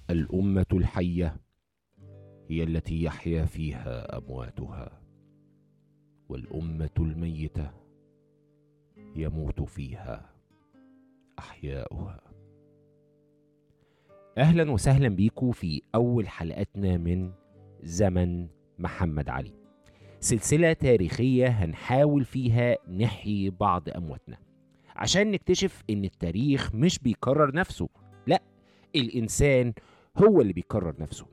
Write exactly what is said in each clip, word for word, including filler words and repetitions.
الأمة الحية هي التي يحيا فيها أمواتها، والأمة الميتة يموت فيها أحياؤها. أهلا وسهلا بيكم في أول حلقاتنا من زمن محمد علي، سلسلة تاريخية هنحاول فيها نحيي بعض أمواتنا عشان نكتشف إن التاريخ مش بيكرر نفسه، لأ، الإنسان هو اللي بيكرر نفسه.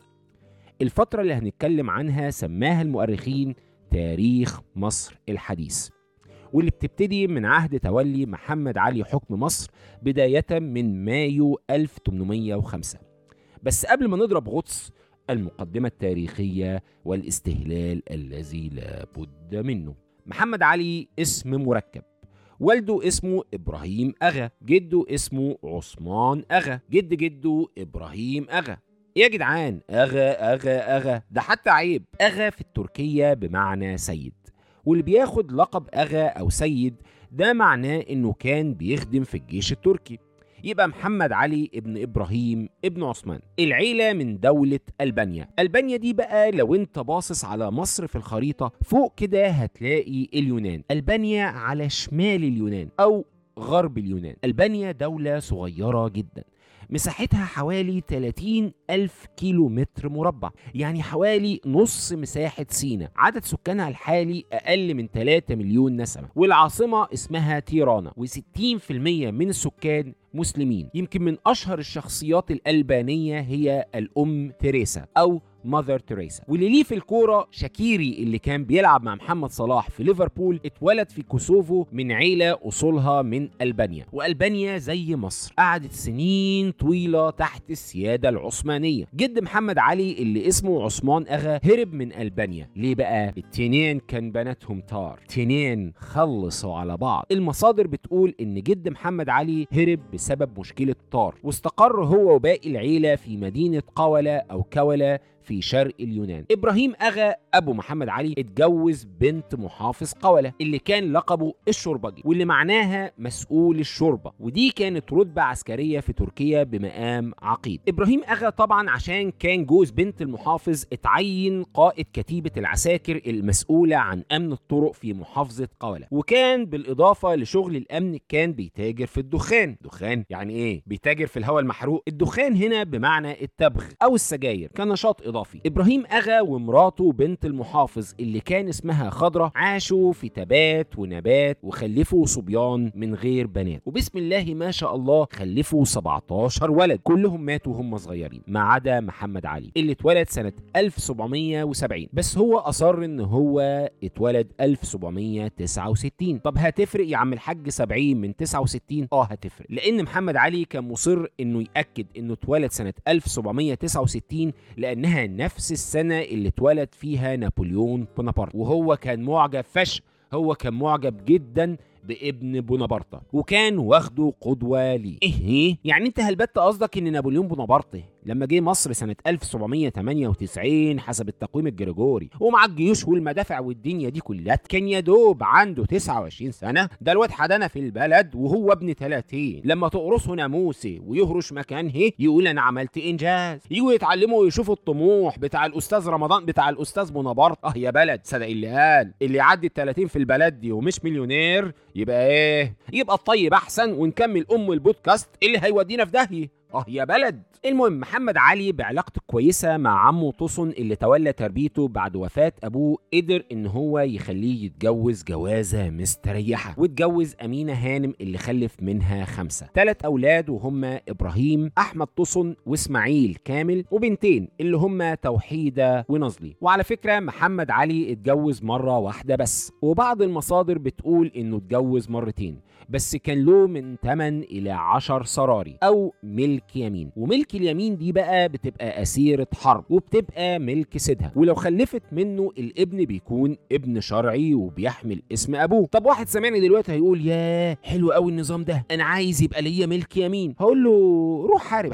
الفترة اللي هنتكلم عنها سماها المؤرخين تاريخ مصر الحديث، واللي بتبتدي من عهد تولي محمد علي حكم مصر بداية من مايو ألف وثمانمائة وخمسة. بس قبل ما نضرب غطس، المقدمة التاريخية والاستهلال الذي لا بد منه. محمد علي اسم مركب، والده اسمه إبراهيم أغا، جده اسمه عثمان أغا، جد جده إبراهيم أغا. يا جدعان، أغا أغا أغا ده حتى عيب. أغا في التركية بمعنى سيد، واللي بياخد لقب أغا أو سيد ده معناه إنه كان بيخدم في الجيش التركي. يبقى محمد علي ابن إبراهيم ابن عثمان. العيلة من دولة ألبانيا. ألبانيا دي بقى لو انت باصص على مصر في الخريطة فوق كده هتلاقي اليونان. ألبانيا على شمال اليونان أو غرب اليونان. ألبانيا دولة صغيرة جدا، مساحتها حوالي ثلاثين ألف كيلو متر مربع، يعني حوالي نص مساحة سيناء. عدد سكانها الحالي أقل من ثلاثة مليون نسمة، والعاصمة اسمها تيرانا، وستين في المية من السكان مسلمين. يمكن من أشهر الشخصيات الألبانية هي الأم تيريسا أو ماذر تيريسا. واللي ليه في الكورة شاكيري اللي كان بيلعب مع محمد صلاح في ليفربول، اتولد في كوسوفو من عيلة أصولها من ألبانيا. وألبانيا زي مصر قعدت سنين طويلة تحت السيادة العثمانية. جد محمد علي اللي اسمه عثمان أغا هرب من ألبانيا. ليه بقى؟ التنين كان بناتهم طار، تنين خلصوا على بعض. المصادر بتقول إن جد محمد علي هرب بسبب مشكلة طار، واستقر هو وباقي العيلة في مدينة قولة أو كولة في شرق اليونان. إبراهيم أغا أبو محمد علي اتجوز بنت محافظ قولة اللي كان لقبه الشربجي، واللي معناها مسؤول الشربة، ودي كانت رتبة عسكرية في تركيا بمقام عقيد. إبراهيم أغا طبعا عشان كان جوز بنت المحافظ اتعين قائد كتيبة العساكر المسؤولة عن أمن الطرق في محافظة قولة، وكان بالإضافة لشغل الأمن كان بيتاجر في الدخان. دخان يعني إيه؟ بيتاجر في الهواء المحروق. الدخان هنا بمعنى التبغ أو السجاير كنشاط إضافي. إبراهيم أغا ومراته بنت المحافظ اللي كان اسمها خضرة عاشوا في تبات ونبات وخلفوا صبيان من غير بنات، وبسم الله ما شاء الله خلفوا سبعتاشر ولد، كلهم ماتوا هم صغيرين ما عدا محمد علي اللي اتولد سنة ألف وسبعمائة وسبعين، بس هو أصر إن هو اتولد ألف وسبعمائة وتسعة وستين. طب هتفرق يا عم الحاج سبعين من تسعة وستين؟ اه هتفرق، لأن محمد علي كان مصر إنه يأكد إنه اتولد سنة ألف وسبعمائة وتسعة وستين لأنها نفس السنة اللي اتولد فيها نابليون بونابرت، وهو كان معجب فشخ، هو كان معجب جدا بابن بونابرت وكان واخده قدوة ليه. ايه يعني انت هلبت قصدك ان نابليون بونابرت لما جه مصر سنة ألف وسبعمائة وثمانية وتسعين حسب التقويم الجريجوري ومع الجيوش والمدافع والدنيا دي كلها كان يا دوب عنده تسعة وعشرين سنة؟ ده الواد حدانا في البلد وهو ابن ثلاثين. لما تقرصه ناموسي ويهرش مكانه يقول انا عملت انجاز، يجوا يتعلموا ويشوفوا الطموح بتاع الاستاذ رمضان بتاع الاستاذ بونابرت. اه يا بلد، صدق اللي قال اللي يعدي ال ثلاثين في البلد دي ومش مليونير يبقى ايه؟ يبقى الطيب احسن، ونكمل ام البودكاست اللي هيودينا في داهيه. اه يا بلد. المهم محمد علي بعلاقته كويسه مع عمه طوسن اللي تولى تربيته بعد وفاه ابوه قدر ان هو يخليه يتجوز جوازه مستريحه، واتجوز امينه هانم اللي خلف منها خمسه، ثلاث اولاد وهم ابراهيم، احمد طوسن، واسماعيل كامل، وبنتين اللي هم توحيده ونظلي. وعلى فكره محمد علي اتجوز مره واحده بس، وبعض المصادر بتقول انه اتجوز مرتين، بس كان له من ثمانية إلى عشرة سراري أو ملك يمين. وملك اليمين دي بقى بتبقى أسيرة حرب وبتبقى ملك سيدها، ولو خلفت منه الابن بيكون ابن شرعي وبيحمل اسم أبوه. طب واحد سامعني دلوقتي هيقول ياه حلو قوي النظام ده، أنا عايز يبقى ليا ملك يمين. هقول له روح حارب حبيبي،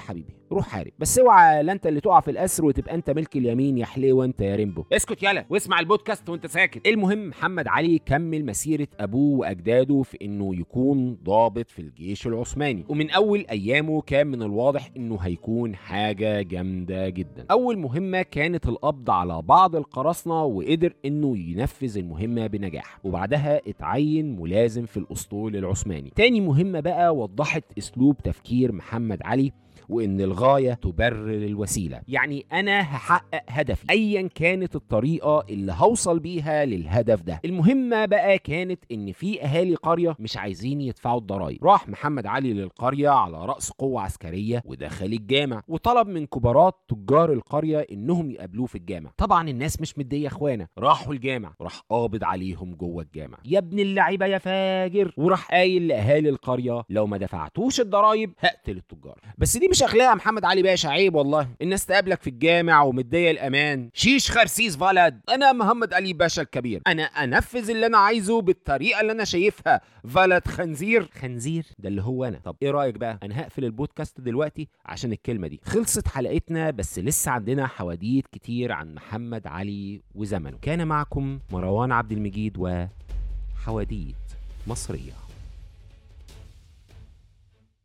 روح حارب، بس اوعى لا انت اللي تقع في الاسر وتبقى انت ملك اليمين يا حليوه انت يا ريمبو. اسكت يلا واسمع البودكاست وانت ساكت. المهم محمد علي كمل مسيره ابوه واجداده في انه يكون ضابط في الجيش العثماني، ومن اول ايامه كان من الواضح انه هيكون حاجه جامده جدا. اول مهمه كانت القبض على بعض القراصنه، وقدر انه ينفذ المهمه بنجاح، وبعدها اتعين ملازم في الاسطول العثماني. تاني مهمه بقى وضحت اسلوب تفكير محمد علي، وإن الغاية تبرر الوسيلة، يعني أنا هحقق هدفي أيا كانت الطريقة اللي هوصل بيها للهدف ده. المهمة بقى كانت إن في أهالي قرية مش عايزين يدفعوا الضرايب. راح محمد علي للقرية على رأس قوة عسكرية ودخل الجامع، وطلب من كبارات تجار القرية إنهم يقابلوه في الجامع. طبعا الناس مش مدية اخوانا، راحوا الجامع، راح قابض عليهم جوه الجامع، يا ابن اللعيبة يا فاجر، وراح قايل لأهالي القرية لو ما دفعتوش الضرايب هقتل التجار. بس دي مش اخلاق محمد علي باشا، عيب والله. الناس تقابلك في الجامع ومديه الامان، شيش خرسيس فلد، انا محمد علي باشا الكبير، انا انفذ اللي انا عايزه بالطريقه اللي انا شايفها، فلد خنزير. خنزير ده اللي هو انا. طب ايه رايك بقى؟ انا هقفل البودكاست دلوقتي عشان الكلمه دي. خلصت حلقتنا، بس لسه عندنا حواديت كتير عن محمد علي وزمنه. كان معكم مروان عبد المجيد وحواديت مصريه.